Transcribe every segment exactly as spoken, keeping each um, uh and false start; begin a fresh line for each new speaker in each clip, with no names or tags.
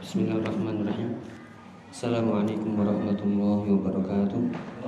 Bismillahirrahmanirrahim. Assalamualaikum warahmatullahi wabarakatuh.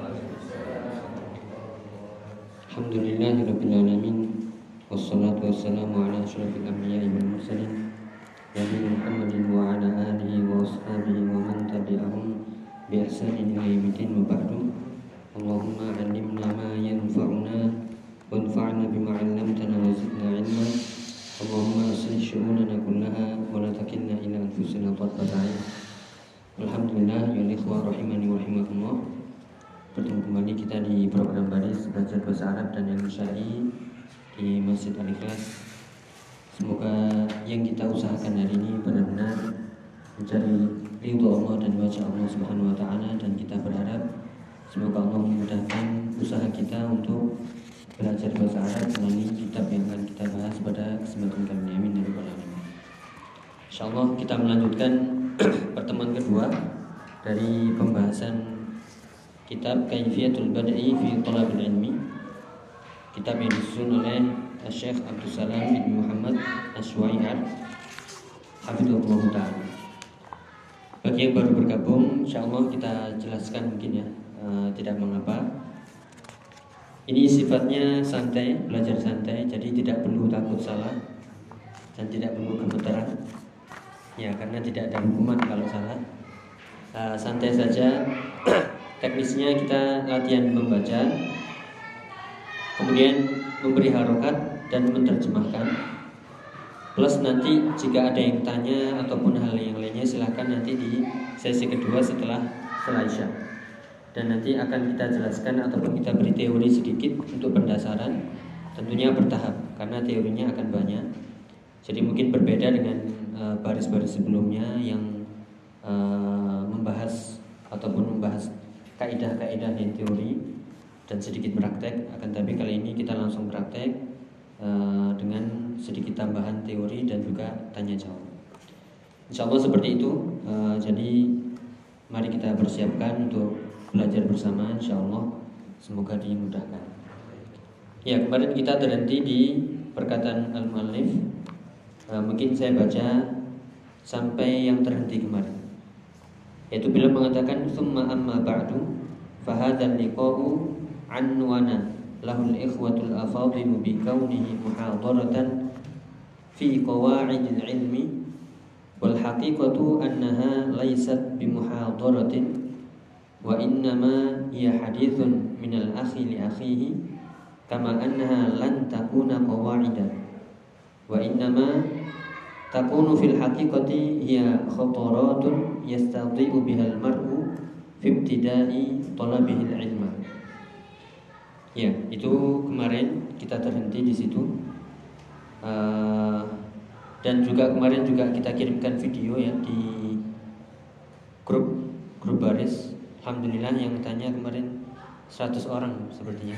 Alhamdulillahirabbil alamin. Wassalatu wassalamu ala asyrofil anbiya'i wal mursalin nabiyina Muhammadin wa ala alihi wa ashabihi wa man tabi'ahum bi ihsanin ila yaumil wa ba'du. Allahumma 'allimna ma yanfa'una wanfa'na bima 'allamtana wa zidna 'ilma. Allahumma aslih syu'unana kullaha wa la takilna ila anfusina tarfata 'ain. Alhamdulillah, ya ikhwah rahimani wa rahimakumullah. Bertemu kembali kita di program baris belajar bahasa Arab dan yang syar'i di Masjid Al-Ikhlas. Semoga yang kita usahakan hari ini benar-benar mencari ridho Allah dan wajah Allah Subhanahu wa taala, dan kita berharap semoga Allah memudahkan usaha kita untuk belajar bahasa Arab melalui kitab yang akan kita bahas pada kesempatan kali ini. Amin ya rabbal alamin. Insyaallah kita melanjutkan pertemuan kedua dari pembahasan kitab Kaifiyatul Bad'i fi Thalabil Ilmi, kitab yang disusun oleh Syekh Abdul Salam bin Muhammad Asy-Syuai'ar hafizahullah ta'ala. Bagi yang baru bergabung, insyaallah kita jelaskan mungkin ya, uh, tidak mengapa. Ini sifatnya santai, belajar santai, jadi tidak perlu takut salah dan tidak perlu gemeteran. Ya, karena tidak ada hukuman kalau salah. Uh, santai saja. Teknisnya kita latihan membaca, kemudian memberi harokat dan menerjemahkan. Plus nanti jika ada yang tanya ataupun hal yang lainnya, silahkan nanti di sesi kedua setelah setelah Isya. Dan nanti akan kita jelaskan ataupun kita beri teori sedikit untuk pendasaran, tentunya bertahap karena teorinya akan banyak. Jadi mungkin berbeda dengan uh, baris-baris sebelumnya yang uh, membahas ataupun membahas kaidah-kaidah yang teori dan sedikit praktek. Akan tapi kali ini kita langsung praktek uh, dengan sedikit tambahan teori dan juga tanya jawab. Insyaallah seperti itu. Uh, jadi mari kita persiapkan untuk belajar bersama, insyaallah semoga dimudahkan. Ya, kemarin kita terhenti di perkataan al-muallif. Uh, mungkin saya baca sampai yang terhenti kemarin, yaitu bila mengatakan summa amma ba'du fa hadzal liqa'u anwana lahul ikhwatul afadilu bi kaunihi muhadaratan fi qawa'idil ilmi wal haqiqatu annaha laysat bi muhadaratin wa innama hiya hadithun minal akhi li akhihi kama annaha lan takuna qawa'idan wa innama takunu fil haqiqati hiya khataratun yastadhi'u bihal mar'u fi ibtida'i talabihil ilma. Ya, itu kemarin kita terhenti di situ. Uh, dan juga kemarin juga kita kirimkan video ya di grup grup baris. Alhamdulillah yang tanya kemarin seratus orang sepertinya.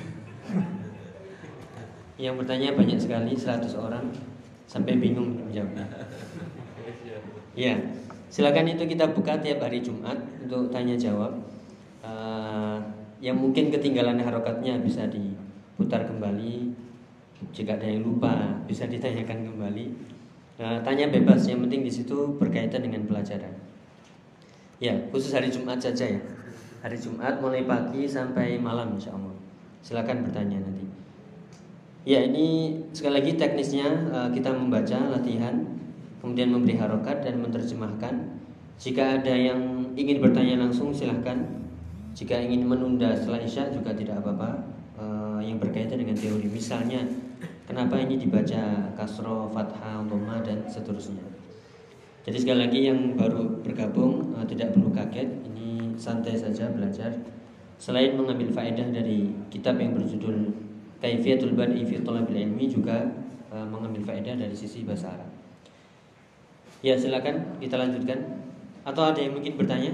Yang bertanya banyak sekali, seratus orang, sampai bingung menjawabnya. Ya, silakan itu kita buka tiap hari Jumat untuk tanya jawab. Uh, yang mungkin ketinggalan harokatnya bisa diputar kembali. Jika ada yang lupa bisa ditanyakan kembali. Uh, tanya bebas, yang penting di situ berkaitan dengan pelajaran. Ya, khusus hari Jumat saja ya. Hari Jumat mulai pagi sampai malam insyaallah. Silakan bertanya nanti. Ya, ini sekali lagi teknisnya uh, kita membaca latihan, kemudian memberi harokat dan menerjemahkan. Jika ada yang ingin bertanya langsung silahkan. Jika ingin menunda setelah Isya juga tidak apa-apa, uh, yang berkaitan dengan teori. Misalnya kenapa ini dibaca kasroh, fathah, dhamma dan seterusnya. Jadi sekali lagi yang baru bergabung uh, tidak perlu kaget. Ini santai saja belajar. Selain mengambil faedah dari kitab yang berjudul Kaifiyatul Bad'i fi Thalabil Ilmi, juga uh, mengambil faedah dari sisi bahasa Arab. Ya, silakan kita lanjutkan. Atau ada yang mungkin bertanya?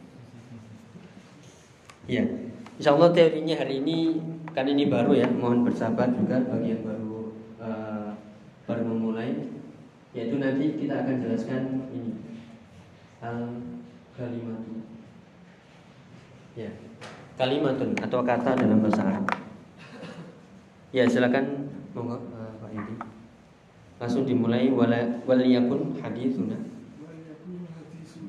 Ya, insyaallah teorinya hari ini kan ini baru ya, mohon bersabar juga bagi yang baru uh, baru memulai. Yaitu nanti kita akan jelaskan ini al kalimatun. Ya, kalimatun atau kata dalam bahasa Arab. Ya, silakan monggo uh, Pak Yudi. Langsung dimulai wala waliyakun haditsuna.
Waliyakun haditsuna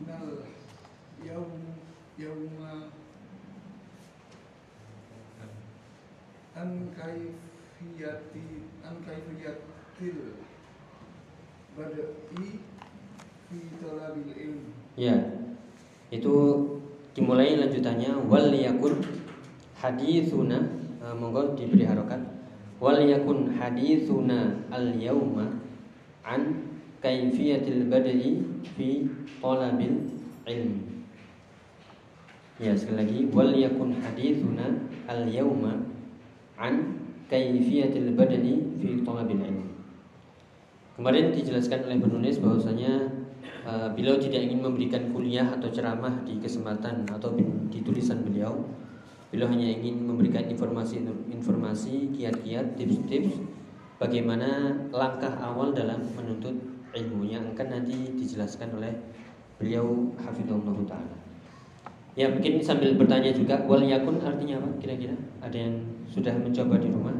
an kaifiyati an kaifiyatil badai fi talabil ilm.
Ya, itu dimulai lanjutannya wal yakun hadithuna, uh, monggo diberi harokat. Wal yakun hadithuna al yauma an kaifiyatil badai fi talabil ilmi. Ya, sekali lagi wal yakun hadithuna al yauma an kaifiyatil badai fi talabil ilmi. Kemarin dijelaskan oleh penulis bahwasanya uh, beliau tidak ingin memberikan kuliah atau ceramah di kesempatan atau di tulisan beliau. Beliau hanya ingin memberikan informasi-informasi, kiat-kiat, tips-tips bagaimana langkah awal dalam menuntut ilmu yang akan nanti dijelaskan oleh beliau hafizahullah ta'ala. Ya, mungkin sambil bertanya juga, wal yakun artinya apa kira-kira? Ada yang sudah mencoba di rumah?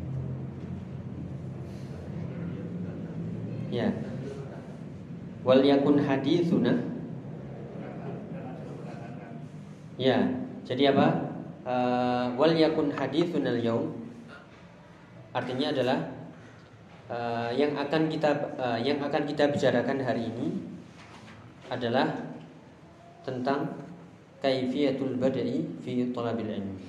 Ya. Wal yakun hadithuna. Ya, jadi apa? Uh, wal yakun hadithuna al-yaum artinya adalah uh, yang akan kita uh, yang akan kita bicarakan hari ini adalah tentang kaifiyatul bada'i fi thalabil ilmi.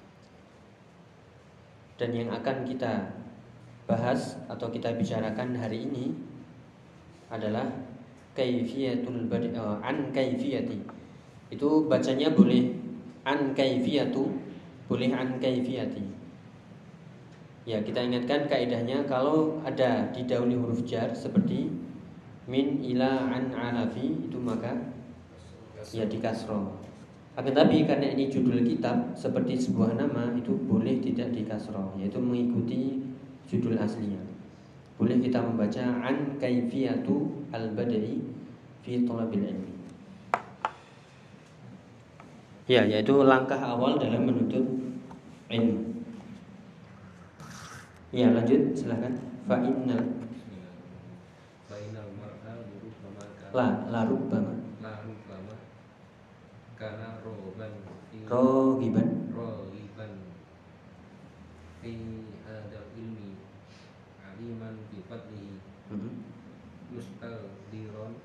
Dan yang akan kita bahas atau kita bicarakan hari ini adalah kaifiyatul bada'i, uh, an kaifiyati. Itu bacanya boleh an kaifiyatu, boleh an kaifiyati. Ya, kita ingatkan kaidahnya kalau ada didahului huruf jar seperti min ila an alafi itu maka ya di kasroh. Akan tapi karena ini judul kitab seperti sebuah nama itu boleh tidak di kasroh, yaitu mengikuti judul aslinya. Boleh kita membaca an kaifiyatu al-badai fi thalabil ilmi. Ya, yaitu langkah awal dalam menuntut ilmu. Ya, lanjut silakan. Fa innal
fa innal mar'a rubbama
la la rubbama
la rubbama kana roban
rogiban
rogiban fi hadal ilmi aliman bi fadlihi mustaqdiron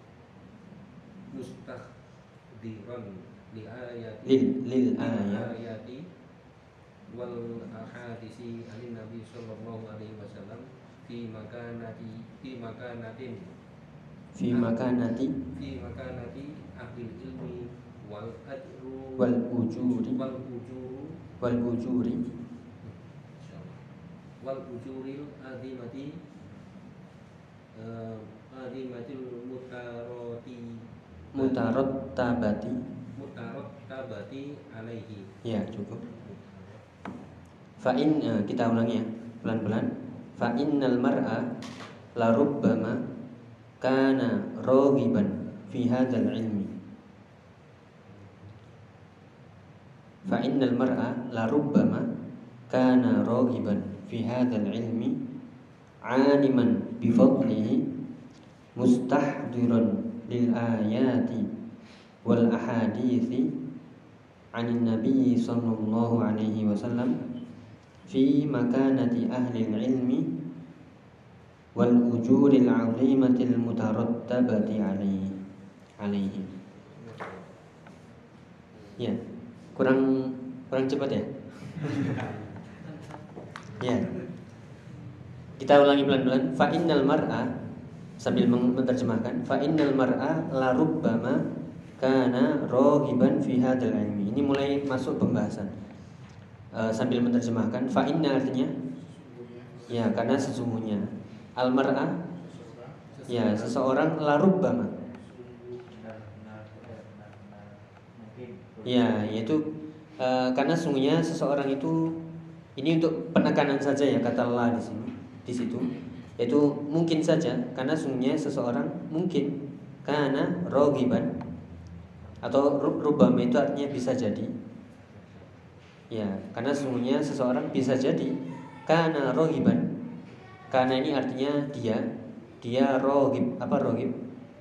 mustaqdiron li ayati
lil lil ayat
ayati wal ahadisi anin nabi sallallahu alaihi wasallam fi makanati fi makanatin
fi makanati
fi makanati ahli ilmi wal ajru
wal ujuri
wal ujuru
wal ujuri
wal ujuril azimati uh, azimatil mutaroti
mutarot tabati.
mutarot tabati alaihi.
Ya, cukup. Fa in, uh, kita ulangi ya pelan-pelan. Fa innal mar'a la rubbama kana raghiban fi hadzal ilmi. Fa innal mar'a la rubbama kana raghiban fi hadzal ilmi 'aliman bi fadlihi mustahdiran lil ayati wal ahadithi 'anil nabiy sallallahu alaihi wasallam fi makanati ahli ilmi wal ujuril 'azimatil mutarattabati alaihi alaihi. Ya, kurang kurang cepat ya? Ya. Kita ulangi pelan-pelan. Fa innal mar'a, sambil menerjemahkan, fa innal mar'a la rubbama kana raghiban fi hadzal ilmi. Ini mulai masuk pembahasan. E, sambil menerjemahkan, fa inna artinya ya, karena sesungguhnya. Al mar'a ya, seseorang, la rubbama ya, yaitu e, karena sesungguhnya seseorang itu, ini untuk penekanan saja ya kata la di sini, di situ, yaitu mungkin saja, karena sesungguhnya seseorang mungkin, karena rogiban atau rubama itu artinya bisa jadi, ya, karena sesungguhnya seseorang bisa jadi, karena rogiban, karena ini artinya dia, dia rogib, apa rogib?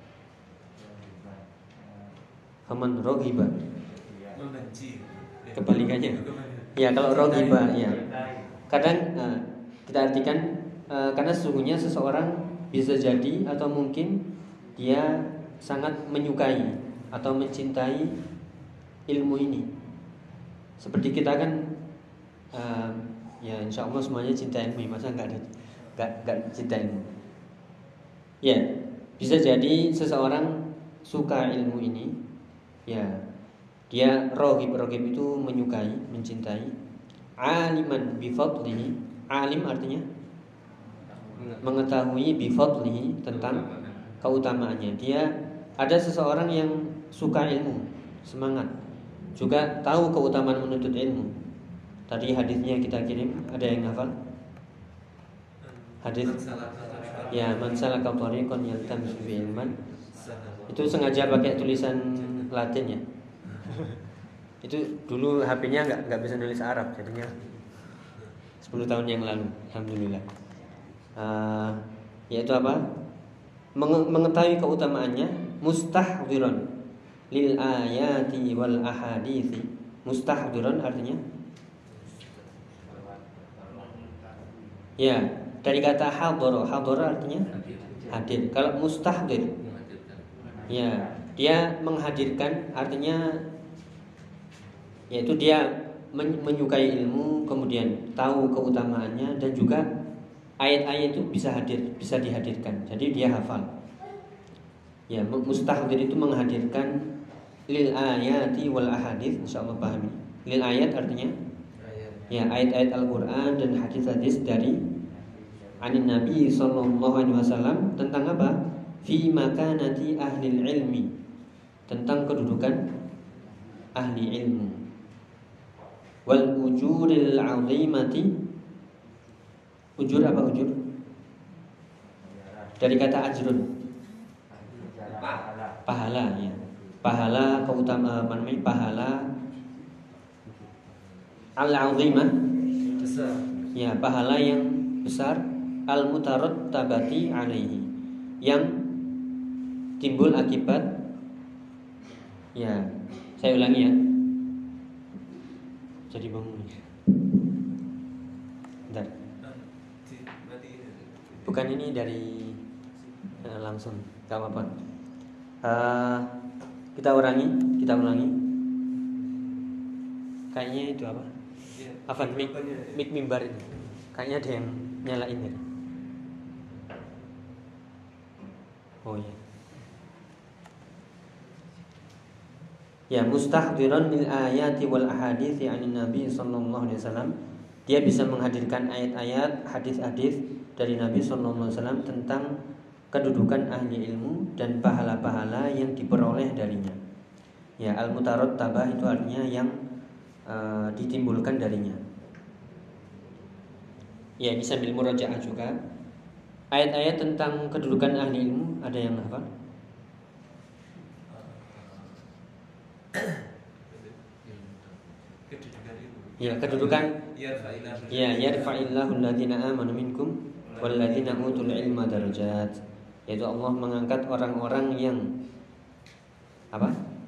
Haman rogiban, kebalikannya. Ya, kalau rogiba ya, kadang uh, kita artikan uh, karena sesungguhnya seseorang bisa jadi atau mungkin dia sangat menyukai atau mencintai ilmu ini. Seperti kita kan uh, ya insya Allah semuanya cinta ilmu, masa nggak ada nggak nggak cinta ilmu. Ya bisa jadi seseorang suka ilmu ini, ya dia rohib rohib itu menyukai, mencintai. Aliman bifadlihi, alim artinya mengetahui bifadlihi tentang keutamaannya. Dia ada seseorang yang suka ilmu, semangat, juga tahu keutamaan menuntut ilmu. Tadi hadisnya kita kirim, ada yang hafal? Hadis ya, man salaka thariqan yaltamisu fihi ilman. Itu sengaja pakai tulisan Latin ya. Itu dulu H P-nya nggak nggak bisa nulis Arab, jadinya sepuluh tahun yang lalu, alhamdulillah. Uh, yaitu apa? Menge- mengetahui keutamaannya, mustahdiron lil ayati wal ahadithi. Mustahdiron artinya ya, dari kata hadara. Hadara artinya hadir. Kalau mustahdir ya, dia menghadirkan, artinya yaitu dia men- menyukai ilmu, kemudian tahu keutamaannya, dan juga ayat-ayat itu bisa hadir, bisa dihadirkan. Jadi dia hafal. Ya, mustahdir itu menghadirkan lil ayati wal ahadits, insyaallah pahami. Lil ayat artinya ya, ayat-ayat Al-Qur'an dan hadis-hadis dari anin Nabi sallallahu alaihi wasallam tentang apa? Fi makanati ahli ilmi, tentang kedudukan ahli ilmu. Wal ujuril azimati. Ujur apa ujur? Dari kata ajrun, pahala ya. Pahala keutamaan, namanya pahala al-azimah ya, pahala yang besar, al-mutarattabati alaihi, yang timbul akibat ya. Saya ulangi ya, jadi bangun. Bentar. Bukan ini dari uh, langsung, gak apa-apa. Uh, kita ulangi, kita ulangi. Kayaknya itu apa? Apa mik, mik mimbar itu? Kayaknya ada yang nyalain ya. Oh iya. Ya, mustahdiran lil ayati wal ahadithi anin Nabi sallallahu alaihi wasallam. Dia bisa menghadirkan ayat-ayat, hadis-hadis dari Nabi sallallahu alaihi wasallam tentang kedudukan ahli ilmu dan pahala-pahala yang diperoleh darinya. Ya, al-mutarattabah itu artinya yang uh, ditimbulkan darinya. Ya, ini sambil murajaah juga. Ayat-ayat tentang kedudukan ahli ilmu ada yang hafal? Ya, kedudukan ya, yarfa'illahu alladhina amanu minkum walladzina utul ilma darajat. Yaitu Allah mengangkat orang-orang yang apa?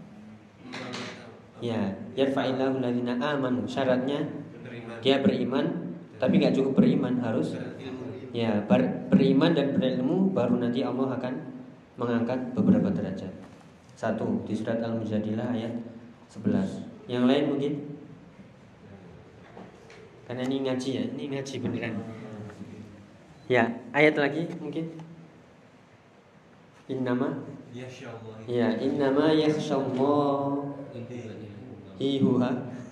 Ya, yarfa'illahu alladhina amanu. Syaratnya dia beriman, tapi enggak cukup beriman, harus ya ber- beriman dan berilmu, baru nanti Allah akan mengangkat beberapa derajat. Satu di surat Al-Mujadilah ayat sebelas. Yang lain mungkin? Karena ini ngaji ya, ini ngaji beneran. Ya, ayat lagi mungkin. Innama ya, innama yakhshallah ihuha.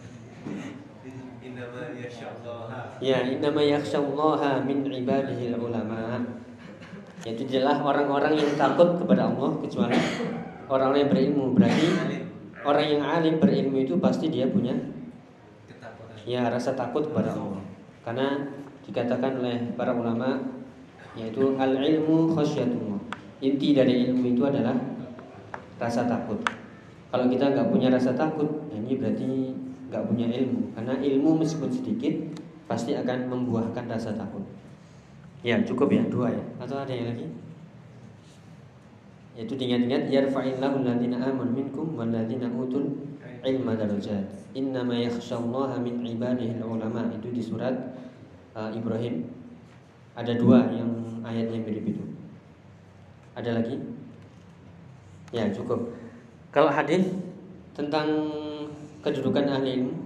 Innama yakhshallah. Ya, innama yakhshallah min ibadihi ulama. Yaitu jelas orang-orang yang takut kepada Allah kecuali orang-orang yang berilmu. Berarti orang yang alim berilmu itu pasti dia punya ya rasa takut kepada Allah. Karena dikatakan oleh para ulama, yaitu al-ilmu khasyatullah. Inti dari ilmu itu adalah rasa takut. Kalau kita nggak punya rasa takut, ya ini berarti nggak punya ilmu. Karena ilmu meskipun sedikit pasti akan membuahkan rasa takut. Ya cukup ya, dua ya. Atau ada yang lagi? Yaitu diingat-ingat, yarfa'illahu alladhina amanu minkum walladzina utul ilma darajat. Innama yakhshallaha min ibadihi ulama. Itu di surat uh, Ibrahim. Ada dua yang ayatnya mirip itu. Ada lagi? Ya cukup. Kalau hadis tentang kedudukan ahli ilmu,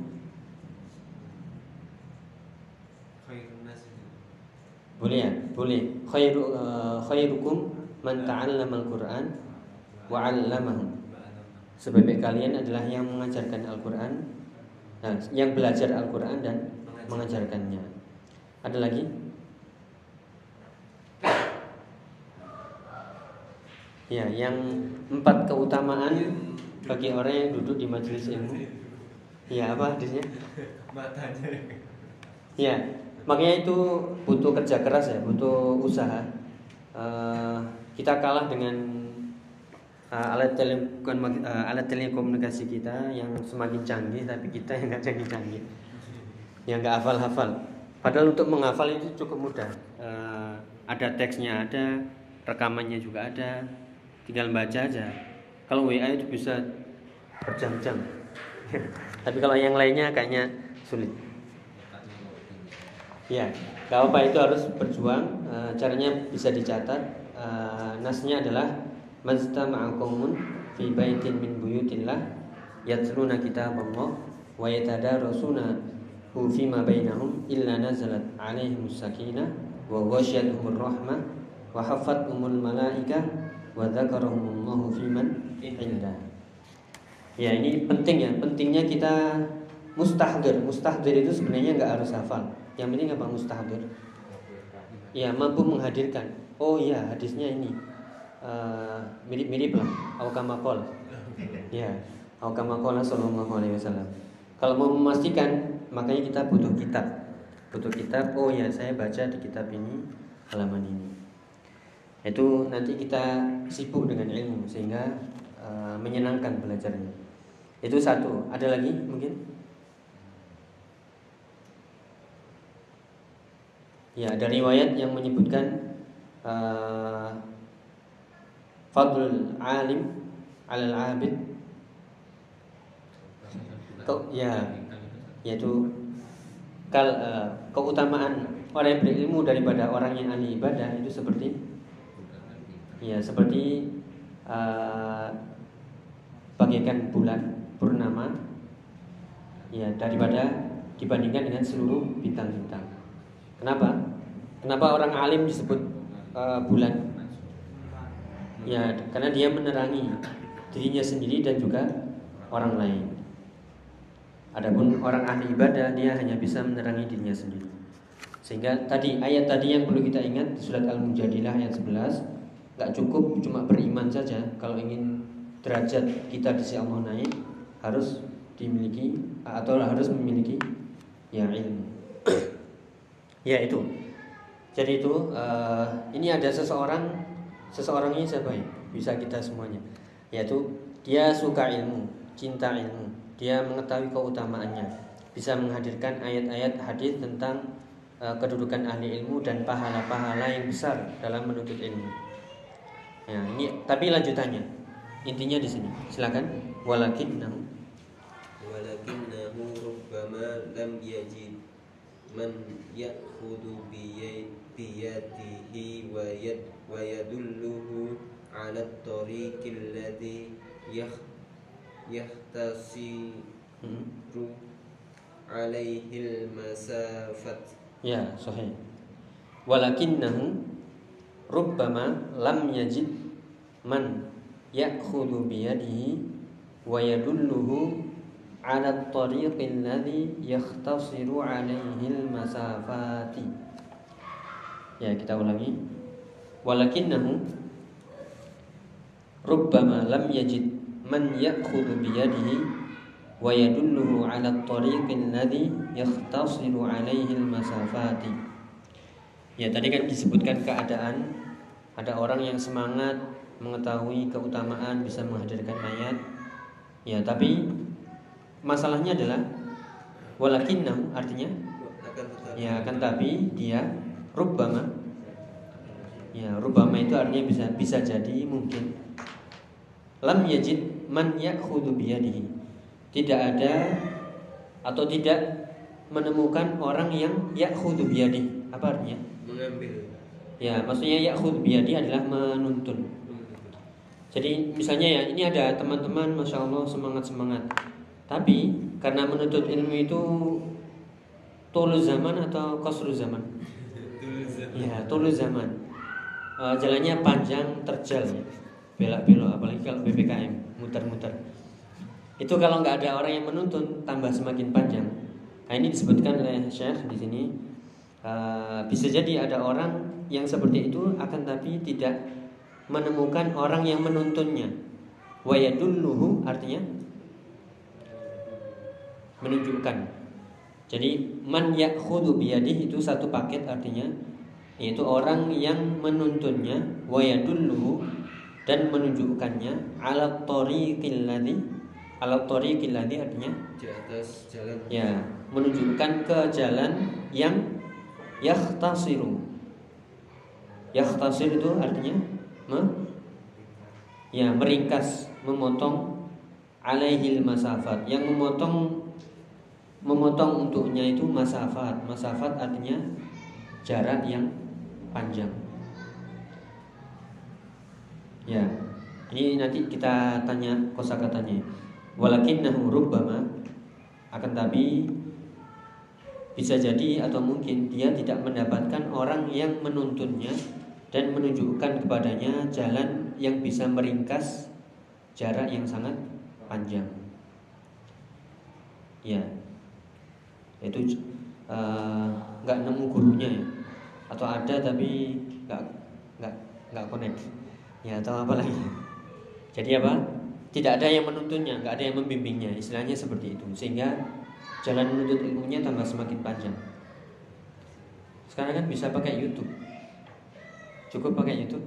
boleh ya? Boleh. Khairu uh, khairukum man ta'allama al-Qur'an wa 'allamahu. Sebaik kalian adalah yang mengajarkan Al-Qur'an, nah, yang belajar Al-Qur'an dan mengajarkannya. Ada lagi? Ya, yang empat keutamaan bagi orang yang duduk di majelis ilmu. Ya, apa hadisnya?
Matanya.
Ya, makanya itu butuh kerja keras ya, butuh usaha. Uh, kita kalah dengan uh, alat telekom, uh, alat telekomunikasi kita yang semakin canggih, tapi kita yang nggak canggih-canggih, yang nggak hafal-hafal. Padahal untuk menghafal itu cukup mudah. Uh, ada teksnya, ada rekamannya juga ada, tinggal baca aja. Kalau W A itu bisa berjam-jam. Tapi kalau yang lainnya kayaknya sulit. Ya, gak apa itu harus berjuang. E, caranya bisa dicatat. E, nasnya adalah Majtama'a qaumun fi baitin min buyutillah yatluna kitaballah wa yatadarasuna hu fima bainahum illa nazalat 'alaihimus sakinah wa ghasyiyatuhumur rahmah wa haffathumul malaikah wa dzakarahumullahu fiman indah. Ya, ini penting ya. Pentingnya kita mustahdir. Mustahdir itu sebenarnya enggak harus hafal. Yang penting apa? Mustahdir. Ya, mampu menghadirkan. Oh iya, hadisnya ini uh, mirip-mirip lah. Aukamakol. Ya, aukamakol sallallahu alaihi wasallam. Kalau mau memastikan, makanya kita butuh kitab. Butuh kitab. Oh ya, saya baca di kitab ini halaman ini. Itu nanti kita sibuk dengan ilmu sehingga uh, menyenangkan belajarnya. Itu satu. Ada lagi mungkin? Ya, ada riwayat yang menyebutkan uh, fadlul alim 'alal 'abid. Kau ya, yaitu kal, uh, keutamaan orang yang berilmu daripada orang yang ahli ibadah itu seperti ya, seperti uh, bagaikan bulan purnama ya, daripada dibandingkan dengan seluruh bintang-bintang. Kenapa? Kenapa orang alim disebut uh, bulan? Ya, karena dia menerangi dirinya sendiri dan juga orang lain. Adapun orang ahli ibadah, dia hanya bisa menerangi dirinya sendiri. Sehingga tadi ayat tadi yang perlu kita ingat di surat Al-Mujadilah ayat sebelas, gak cukup cuma beriman saja. Kalau ingin derajat kita di sisi Allah naik, harus dimiliki atau harus memiliki ya ilmu. Ya itu. Jadi itu uh, ini ada seseorang, seseorang ini siapa ya? Bisa kita semuanya. Yaitu dia suka ilmu, cinta ilmu, dia mengetahui keutamaannya, bisa menghadirkan ayat-ayat hadis tentang uh, kedudukan ahli ilmu dan pahala-pahala yang besar dalam menuntut ilmu. Ya, ini tapi lanjutannya. Intinya di sini. Silakan. Walakinnahu
walakinnahu rubbama lam yajid man ya'khudhu biyadihi wa yad wa yadulluhu 'ala at-tariqil ladzi yahtasiru alaihi al-masafat.
Ya, sahih. Walakinnahu rubbama lam yajid man ya'khudhu biyadihi wa yadulluhu 'ala at-tariqil ladzi yahtasiru 'alaihi al-masafati. Ya, kita ulangi. Walakinnahu rubbama lam yajid man ya'khudhu biyadihi wa yadulluhu 'ala at-tariqil ladzi yahtasiru 'alaihi al-masafati. Ya, tadi kan disebutkan keadaan ada orang yang semangat mengetahui keutamaan, bisa menghadirkan ayat. Ya, tapi masalahnya adalah walakinnahu artinya ya, akan tapi dia rubbama. Ya, rubbama itu artinya bisa bisa jadi mungkin lam yajid man ya'khudhu biyadihi. Tidak ada atau tidak menemukan orang yang ya'khudhu biyadi. Apa artinya?
Mengambil.
Ya, maksudnya ya'khudhu biyadi adalah menuntun. Jadi misalnya ya, ini ada teman-teman Masya Allah semangat-semangat, tapi karena menuntut ilmu itu tulu zaman atau qasru zaman? Ya, tulu zaman. E, jalannya panjang, terjal, belok-belok, apalagi kalau B P K M, muter-muter. Itu kalau nggak ada orang yang menuntun, tambah semakin panjang. Nah, ini disebutkan oleh Syekh di sini. E, bisa jadi ada orang yang seperti itu, akan tapi tidak menemukan orang yang menuntunnya. Wa yadulluhu artinya menunjukkan. Jadi man ya'khudhu biyadihi itu satu paket artinya, yaitu orang yang menuntunnya, wa yadulluhu dan menunjukkannya, ala tariqil ladzi, ala tariqil ladzi artinya
Di atas jalan.
ya, menunjukkan ke jalan yang yakhtasiru. Yakhtasir itu artinya me, ya meringkas, memotong, alaihil masafat, yang memotong memotong untuknya itu masafat. Masafat artinya jarak yang panjang. Ya, ini nanti kita tanya kosakatanya. Walakinnahu rubbama, akan tapi bisa jadi atau mungkin dia tidak mendapatkan orang yang menuntunnya dan menunjukkan kepadanya jalan yang bisa meringkas jarak yang sangat panjang. Ya, itu nggak uh, nemu gurunya ya, atau ada tapi nggak nggak nggak connect ya, atau apa lagi. Jadi apa? Tidak ada yang menuntunnya, nggak ada yang membimbingnya, istilahnya seperti itu, sehingga jalan menuntut ilmunya tambah semakin panjang. Sekarang kan bisa pakai YouTube, cukup pakai YouTube?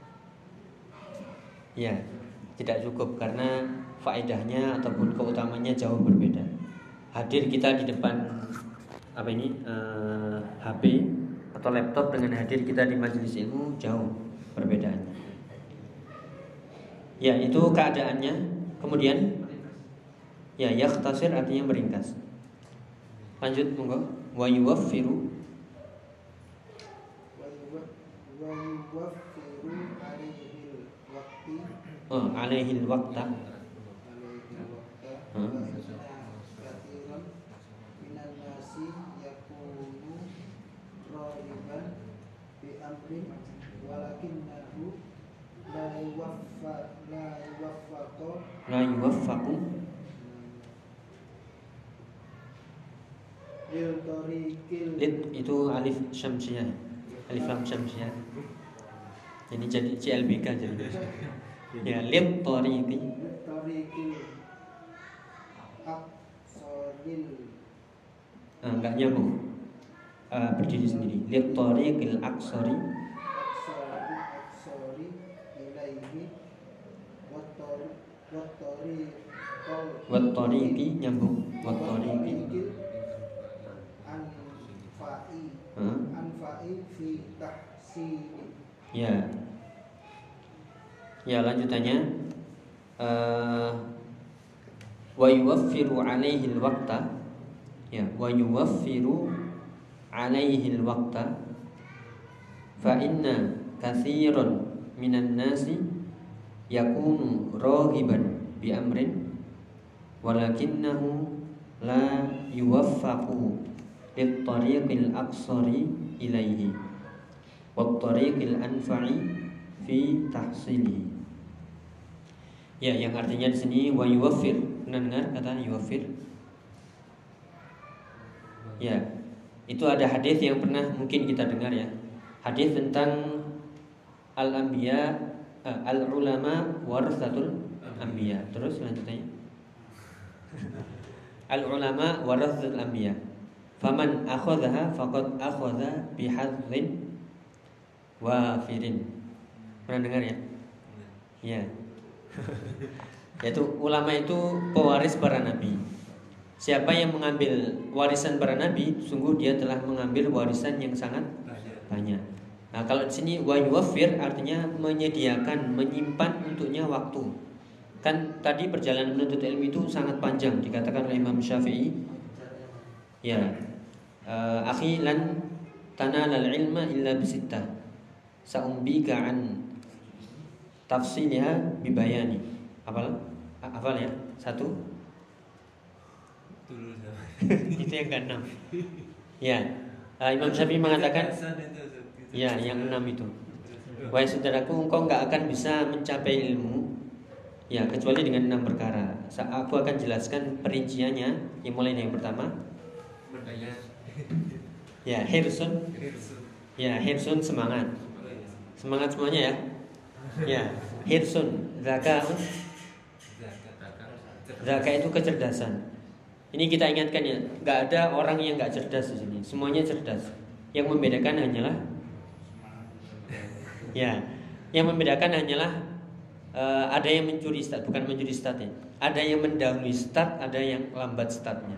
Ya, tidak cukup karena faedahnya ataupun keutamanya jauh berbeda. Hadir kita di depan apa ini uh, H P atau laptop dengan hadir kita di majelis ilmu jauh perbedaannya. Ya, itu keadaannya. Kemudian ya, yakhtasir artinya meringkas. Lanjut monggo. Wa yuwaffiru
wa yuwaffiru alaihil waqti
oh, alaihil waqta
alaihil waqta
Hmm.
katiran minan nasi yakunu raiban bi amrin walakinnahu la yuwaffa la yuwaffaqu
la yuwaffaqu
lil tariqil
Lid itu alif syamsiyah, alif lam syamsiyah. Ini jadi C L B K jadi. Ya, lid tariqi.
tariqil aqsaril
Ah, enggak nyambung. Ah, berdiri sendiri. Lid tariqil aqsari
aqsari aqsari ilaihi wat tari wat tariqal
wat tariqi nyambung. Wat tariqi.
anfa'i
Ah,
anfa'i fi tahsini.
ya. Ya, lanjutannya uh, wa yuwaffiru alaihi alwaqta. Ya, wa yuwaffiru alaihi alwaqta fa inna katsiran minan nasi yakunu raghiban bi amrin walakinnahu la yuwaffaqu lit tariqil aqsari ilaihi wat tariqil anfa'i fi tahsilihi. Ya, yang artinya di sini wa yuwaffir. Pernah dengar kata yuwaffir? Ya, itu ada hadis yang pernah mungkin kita dengar ya. Hadis tentang al-anbiya, uh, al-ulama warathatul anbiya. Terus lanjutannya. Al-ulama warathatul anbiya. Faman akhadhaha faqad akhadha bihadzin wafirin. Pernah dengar ya? Ya. Yaitu ulama itu pewaris para nabi. Siapa yang mengambil warisan para nabi, sungguh dia telah mengambil warisan yang sangat banyak. Nah, kalau di sini wa yuwaffir artinya menyediakan, menyimpan untuknya waktu. Kan tadi perjalanan menuntut ilmu itu sangat panjang, dikatakan oleh Imam Syafi'i. Ya, uh, akhi lan tanalal ilma illa bisittah. Sa'umbika an tafsiliha bibayani. Hafal? Hafal ya? Satu. Itu yang keenam. Ya. Uh, Imam Syafi'i mengatakan ya, yang enam itu. Wahai saudaraku, engkau enggak akan bisa mencapai ilmu ya kecuali dengan enam perkara. Aku akan jelaskan perinciannya. Yang mulai dari yang pertama. Ya, hirsun. Ya, hirsun semangat. Semangat semuanya ya. Ya, hirsun, zakaun. Zaka itu kecerdasan. Ini kita ingatkan ya, nggak ada orang yang nggak cerdas di sini. Semuanya cerdas. Yang membedakan hanyalah, ya, yang membedakan hanyalah uh, ada yang mencuri start, bukan mencuri startnya. Ada yang mendahului start, ada yang lambat startnya.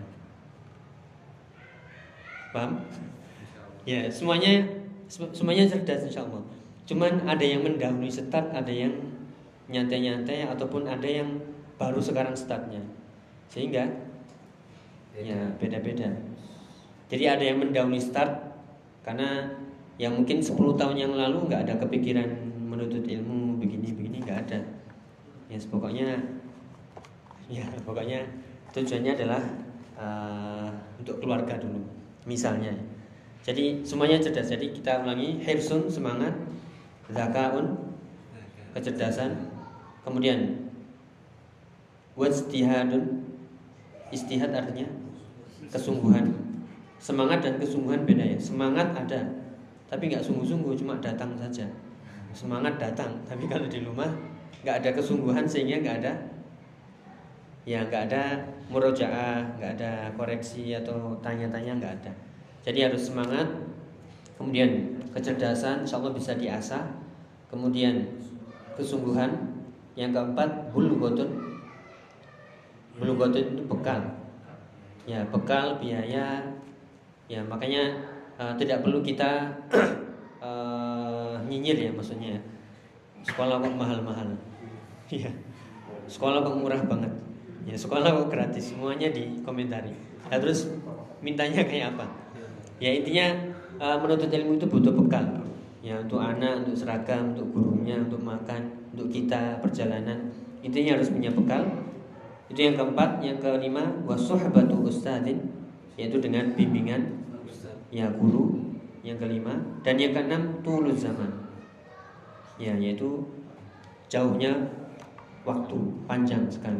Paham? Ya, semuanya semuanya cerdas insya Allah. Cuman ada yang mendahului start, ada yang nyantai-nyantai, ataupun ada yang baru sekarang startnya. Sehingga ya beda-beda. Jadi ada yang mendahului start karena yang mungkin sepuluh tahun yang lalu nggak ada kepikiran menuntut ilmu begini-begini, nggak ada. Ya pokoknya ya pokoknya tujuannya adalah uh, untuk keluarga dulu misalnya. Jadi semuanya cerdas. Jadi kita ulangi, hirsun semangat, zakaun kecerdasan, kemudian wajtihadun, istihad artinya kesungguhan. Semangat dan kesungguhan beda ya. Semangat ada, tapi nggak sungguh-sungguh, cuma datang saja. Semangat datang, tapi kalau di rumah nggak ada kesungguhan sehingga nggak ada, ya nggak ada murojaah, nggak ada koreksi atau tanya-tanya, nggak ada. Jadi harus semangat, kemudian kecerdasan, insya Allah bisa diasah, kemudian kesungguhan. Yang keempat, bulughotun. Bulughotun itu bekal. Ya bekal biaya. Ya makanya uh, tidak perlu kita uh, nyinyir ya, maksudnya sekolah kok mahal-mahal. Ya sekolah kok murah banget. Ya sekolah kok gratis. Semuanya dikomentari. Nah, terus mintanya kayak apa? Ya intinya uh, menuntut ilmu itu butuh bekal. Ya untuk anak, untuk seragam, untuk gurunya, untuk makan, untuk kita perjalanan. Intinya harus punya bekal. Itu yang keempat. Yang kelima, wasuhbatu ustadzin, yaitu dengan bimbingan ya guru. Yang kelima. Dan yang keenam, tuluz zaman. Ya yaitu jauhnya waktu, panjang sekali.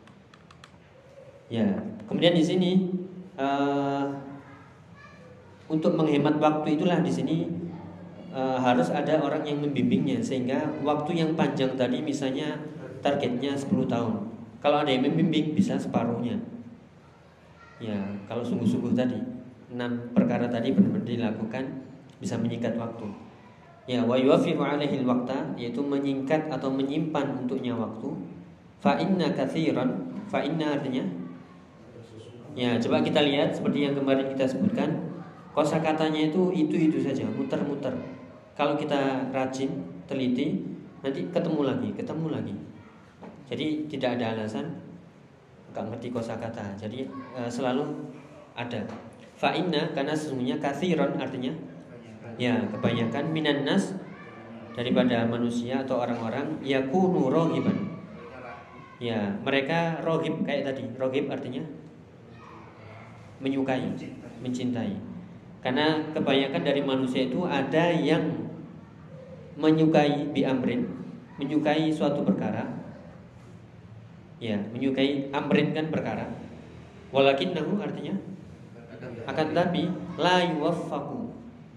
Ya kemudian di sini uh, untuk menghemat waktu itulah di sini uh, harus ada orang yang membimbingnya, sehingga waktu yang panjang tadi misalnya targetnya sepuluh tahun. Kalau ada yang membimbing bisa separuhnya. Ya, kalau sungguh-sungguh tadi enam perkara tadi benar-benar dilakukan bisa menyikat waktu. Ya, wa yuwaffiru alaihi alwaqta, yaitu menyingkat atau menyimpan untuknya waktu. Fa inna katsiran, fa inna artinya ya, coba kita lihat seperti yang kemarin kita sebutkan. Kosakatanya itu itu-itu saja, muter-muter. Kalau kita rajin, teliti, nanti ketemu lagi, ketemu lagi. Jadi tidak ada alasan enggak ngerti kosakata. Jadi e, selalu ada. Fa inna, karena sesungguhnya katsiran artinya ya kebanyakan, minan nas daripada manusia atau orang-orang, yakunu raghiban. Ya, mereka roghib kayak tadi. Roghib artinya menyukai, mencintai. Karena kebanyakan dari manusia itu ada yang menyukai bi amrin, menyukai suatu perkara. Ya, menyukai amrin kan perkara. Walakinnahu artinya akan tapi la yuwaffaqu.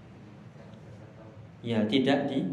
Ya, tidak di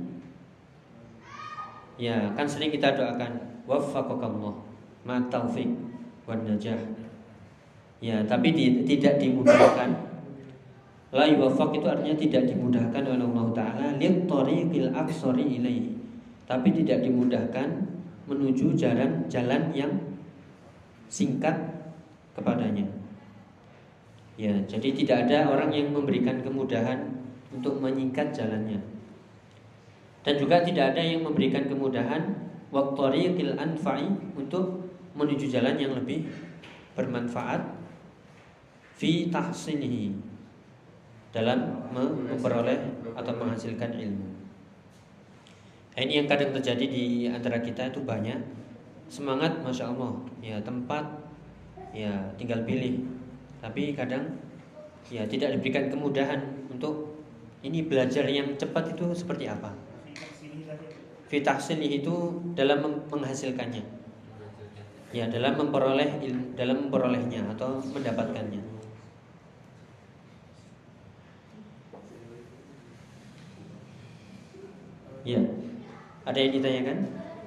ya, kan sering kita doakan waffaqakallah ma taufiq wan najah. Ya, tapi di, tidak dimudahkan. La yuwaffaq itu artinya tidak dimudahkan oleh Allah Ta'ala lit tariqil aqsari ilaihi, tapi tidak dimudahkan menuju jalan jalan yang singkat kepadanya. Ya, jadi tidak ada orang yang memberikan kemudahan untuk menyingkat jalannya. Dan juga tidak ada yang memberikan kemudahan wat tariqil anfa'i, untuk menuju jalan yang lebih bermanfaat fi tahsinihi, dalam memperoleh atau menghasilkan ilmu. Nah, ini yang kadang terjadi di antara kita itu banyak semangat, masya Allah, ya tempat, ya tinggal pilih. Tapi kadang ya tidak diberikan kemudahan untuk ini belajar yang cepat itu seperti apa. Fitahsilih itu dalam menghasilkannya, ya dalam memperoleh dalam memperolehnya atau mendapatkannya. Ya, ada yang ditanyakan?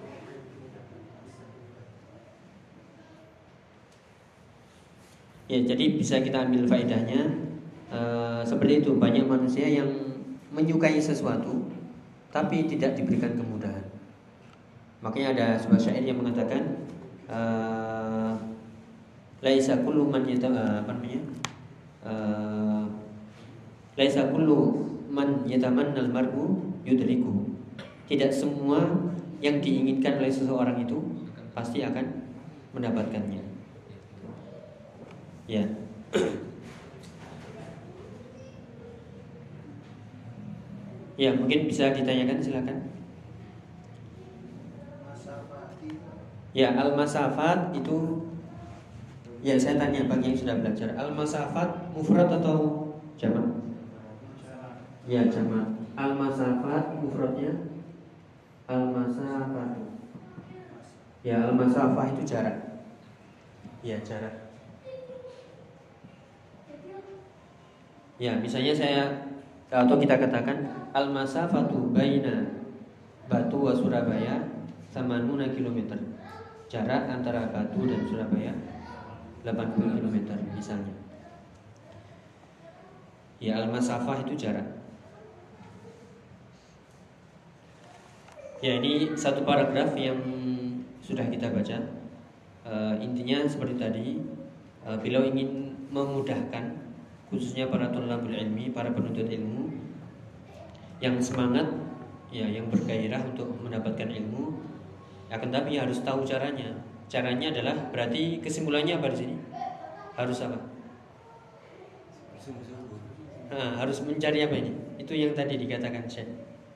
Ya, jadi bisa kita ambil faedahnya e, seperti itu. Banyak manusia yang menyukai sesuatu tapi tidak diberikan kemudahan. Makanya ada sebuah syair yang mengatakan uh, laisa kullu man yata apa namanya? Uh, laisa kullu man yatamanna al-mar'u yudriku. Tidak semua yang diinginkan oleh seseorang itu pasti akan mendapatkannya. Ya. Ya, mungkin bisa ditanyakan, silakan. Ya, al-masafat itu, ya saya tanya bagi yang sudah belajar, al-masafat mufrad atau jamak? Ya, jamak. Al-masafat mufradnya al-masafat. Ya, al-masafah itu jarak. Ya, jarak. Ya, misalnya saya atau kita katakan al-masafatu baina Batu wa Surabaya samanuna kilometer. Jarak antara Batu dan Surabaya delapan puluh kilometer misalnya. Ya, al-masafah itu jarak. Ya, ini satu paragraf yang sudah kita baca. E, intinya seperti tadi, e, beliau ingin memudahkan khususnya para thalabul ilmi, para penuntut ilmu yang semangat, ya, yang bergairah untuk mendapatkan ilmu. Akan tapi harus tahu caranya. Caranya adalah berarti kesimpulannya apa di sini? Harus apa? Nah, harus mencari apa ini? Itu yang tadi dikatakan Syekh.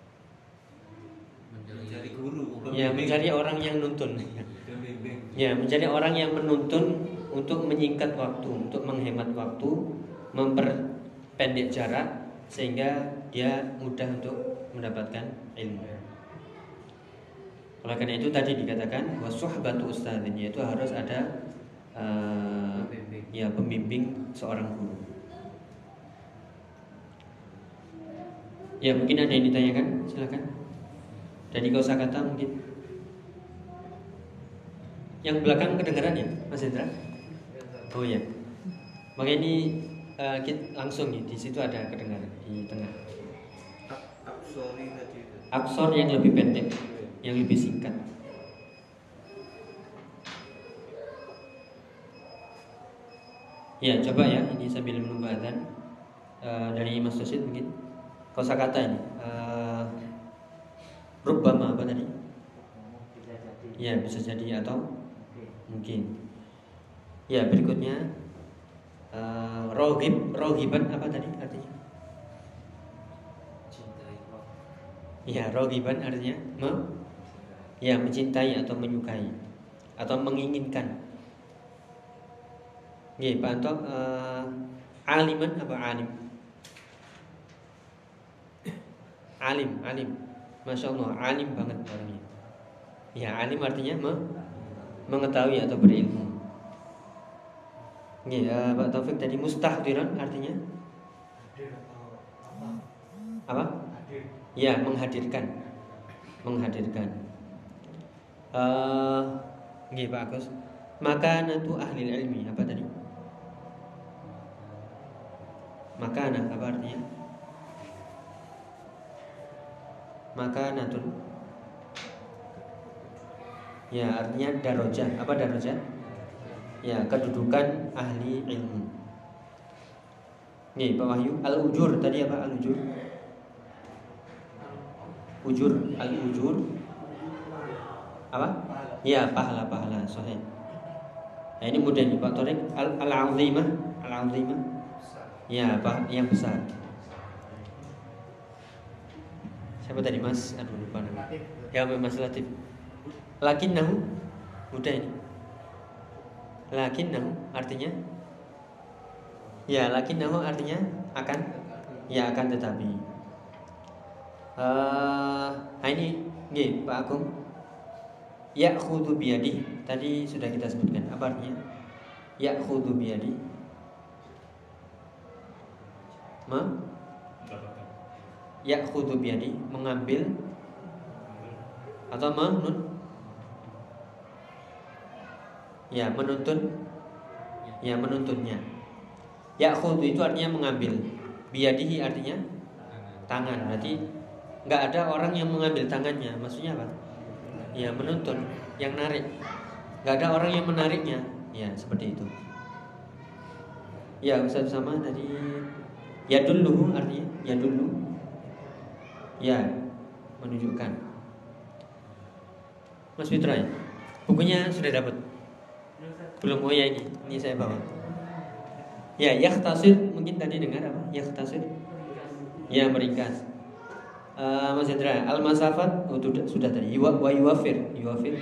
Mencari guru.
Ya, mencari orang yang nuntun. Ya, mencari orang yang menuntun untuk menyingkat waktu, untuk menghemat waktu, memperpendek jarak sehingga dia mudah untuk mendapatkan ilmu. Oleh karena itu tadi dikatakan wasuhbatu ustadzin, yaitu harus ada uh, ya pembimbing seorang guru. Ya, mungkin ada yang ditanyakan, silakan. Dari kosakata mungkin. Yang belakang kedengaran ya, Mas Indra? Oh ya. Makanya ini uh, kita langsung nih, di situ ada kedengaran di tengah. Aksor yang lebih pendek, yang lebih singkat. Ya, coba ya, ini sambil menunggu adzan uh, dari Mas Tosid mungkin. Kosakata ini. Uh, Rubbama apa tadi? Ya, bisa jadi atau mungkin. Ya, berikutnya uh, rohib, rohiban apa tadi artinya? Ya, rohiban artinya me, ya mencintai atau menyukai atau menginginkan. Ya, Pak Anto, uh, aliman apa alim? Alim, alim. Masya Allah, alim banget orangnya. Ya, alim artinya me, mengetahui atau berilmu. Ya, Pak Taufik tadi mustahdiran artinya apa? Ya, menghadirkan, menghadirkan. Uh, Nggih, Pak Agus. Makanatu ahli ilmi apa tadi? Makanah apa artinya? Makanatun. Ya, artinya darajah. Apa darajah? Ya, kedudukan ahli ilmu. Nih, Pak Wahyu, al-ujur tadi apa al-ujur? Ujur, al-ujur. Apa? Ya, pahala-pahala, sahih. Nah, ini mudah nih Pak Torik, al-azimah, al-azimah. Ya, Pak, yang besar. Siapa tadi Mas? Aduh lupa nama. Ya Mas Latif. Lakinnahu mudah ini. Lakinnahu artinya ya, lakinnahu artinya akan, ya akan tetapi. Uh, nah ini, nggih Pak Agung. Ya'khudhu biyadi tadi sudah kita sebutkan. Apa artinya? Ya'khudhu biyadi. Ma? Ya'khudhu biyadi mengambil atau menun ya menuntun, ya menuntunnya. Ya'khudhu itu artinya mengambil, biyadihi artinya tangan. Berarti nggak ada orang yang mengambil tangannya. Maksudnya apa? Ya menuntun, yang narik. Nggak ada orang yang menariknya. Ya seperti itu. Ya Ustaz sama tadi ya dulu artinya ya dulu. Ya menunjukkan. Mas Fitra ya? Bukunya sudah dapat? Belum? Oh ya ini, ini saya bawa. Ya yakhtasir mungkin tadi dengar apa? Yakhtasir. Ya meringkas. Uh, Mas Hendra, al-masafat oh, sudah, sudah tadi. Wa yuwafir, yuwafir.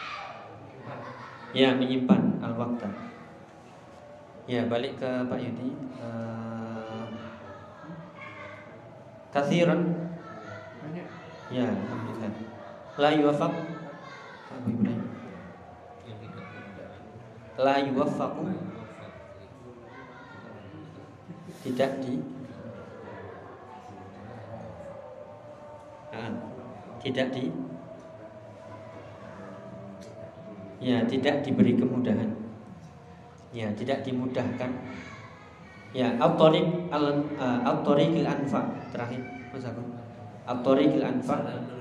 Ya menyimpan al-waqta. Ya balik ke Pak Yudi. Uh, Kathiran. Ya alhamdulillah. La yuwafaq. Abu Ibrahim. La yuwaffaqu tidak di ah, tidak di ya tidak diberi kemudahan, ya tidak dimudahkan. Ya at-tariq al-tariqil anfa terakhir Mas Agung. At-tariqil anfa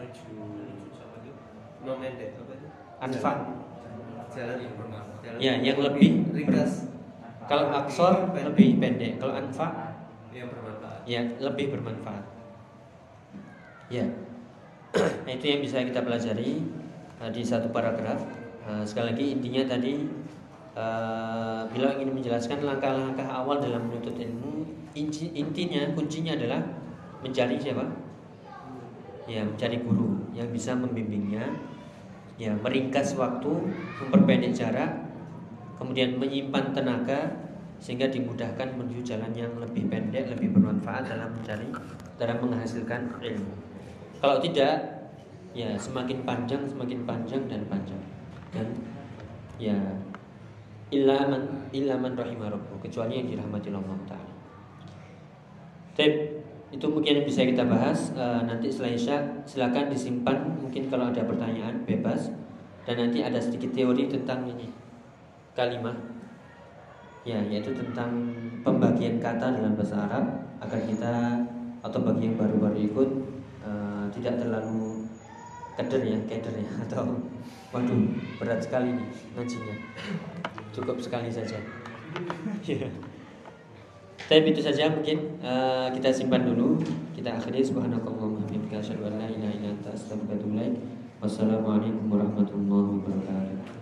anfa
jalan yang bermanfaat.
Ya yang lebih
ringkas.
Kalau aksor lebih pendek, kalau anfa
yang bermanfaat.
Ya lebih bermanfaat. Ya. Nah, itu yang bisa kita pelajari uh, di satu paragraf. Uh, sekali lagi intinya tadi uh, bila ingin menjelaskan langkah-langkah awal dalam menuntut ilmu, inci, intinya kuncinya adalah mencari siapa? Ya mencari guru yang bisa membimbingnya. Ya meringkas waktu, memperpendek jarak, kemudian menyimpan tenaga sehingga dimudahkan menuju jalan yang lebih pendek, lebih bermanfaat dalam mencari, dalam menghasilkan ilmu. Kalau tidak, ya semakin panjang, semakin panjang dan panjang. Dan ya illa man illa man rahimah rabbuh, kecuali yang dirahmati Allah Taala. Tip itu mungkin yang bisa kita bahas. E, nanti setelah Isya silakan disimpan. Mungkin kalau ada pertanyaan bebas. Dan nanti ada sedikit teori tentang ini kalimah, ya yaitu tentang pembagian kata dalam bahasa Arab agar kita atau bagi yang baru-baru ikut e, tidak terlalu keder ya, keder ya atau waduh berat sekali nih ngajinya. Cukup sekali saja. Tapi itu saja mungkin uh, kita simpan dulu. Kita akhiri subhanakallahumma wa bihamdika asyhadu an la ilaha illa anta astaghfiruka wa atubu ilaik. Wassalamualaikum warahmatullahi wabarakatuh.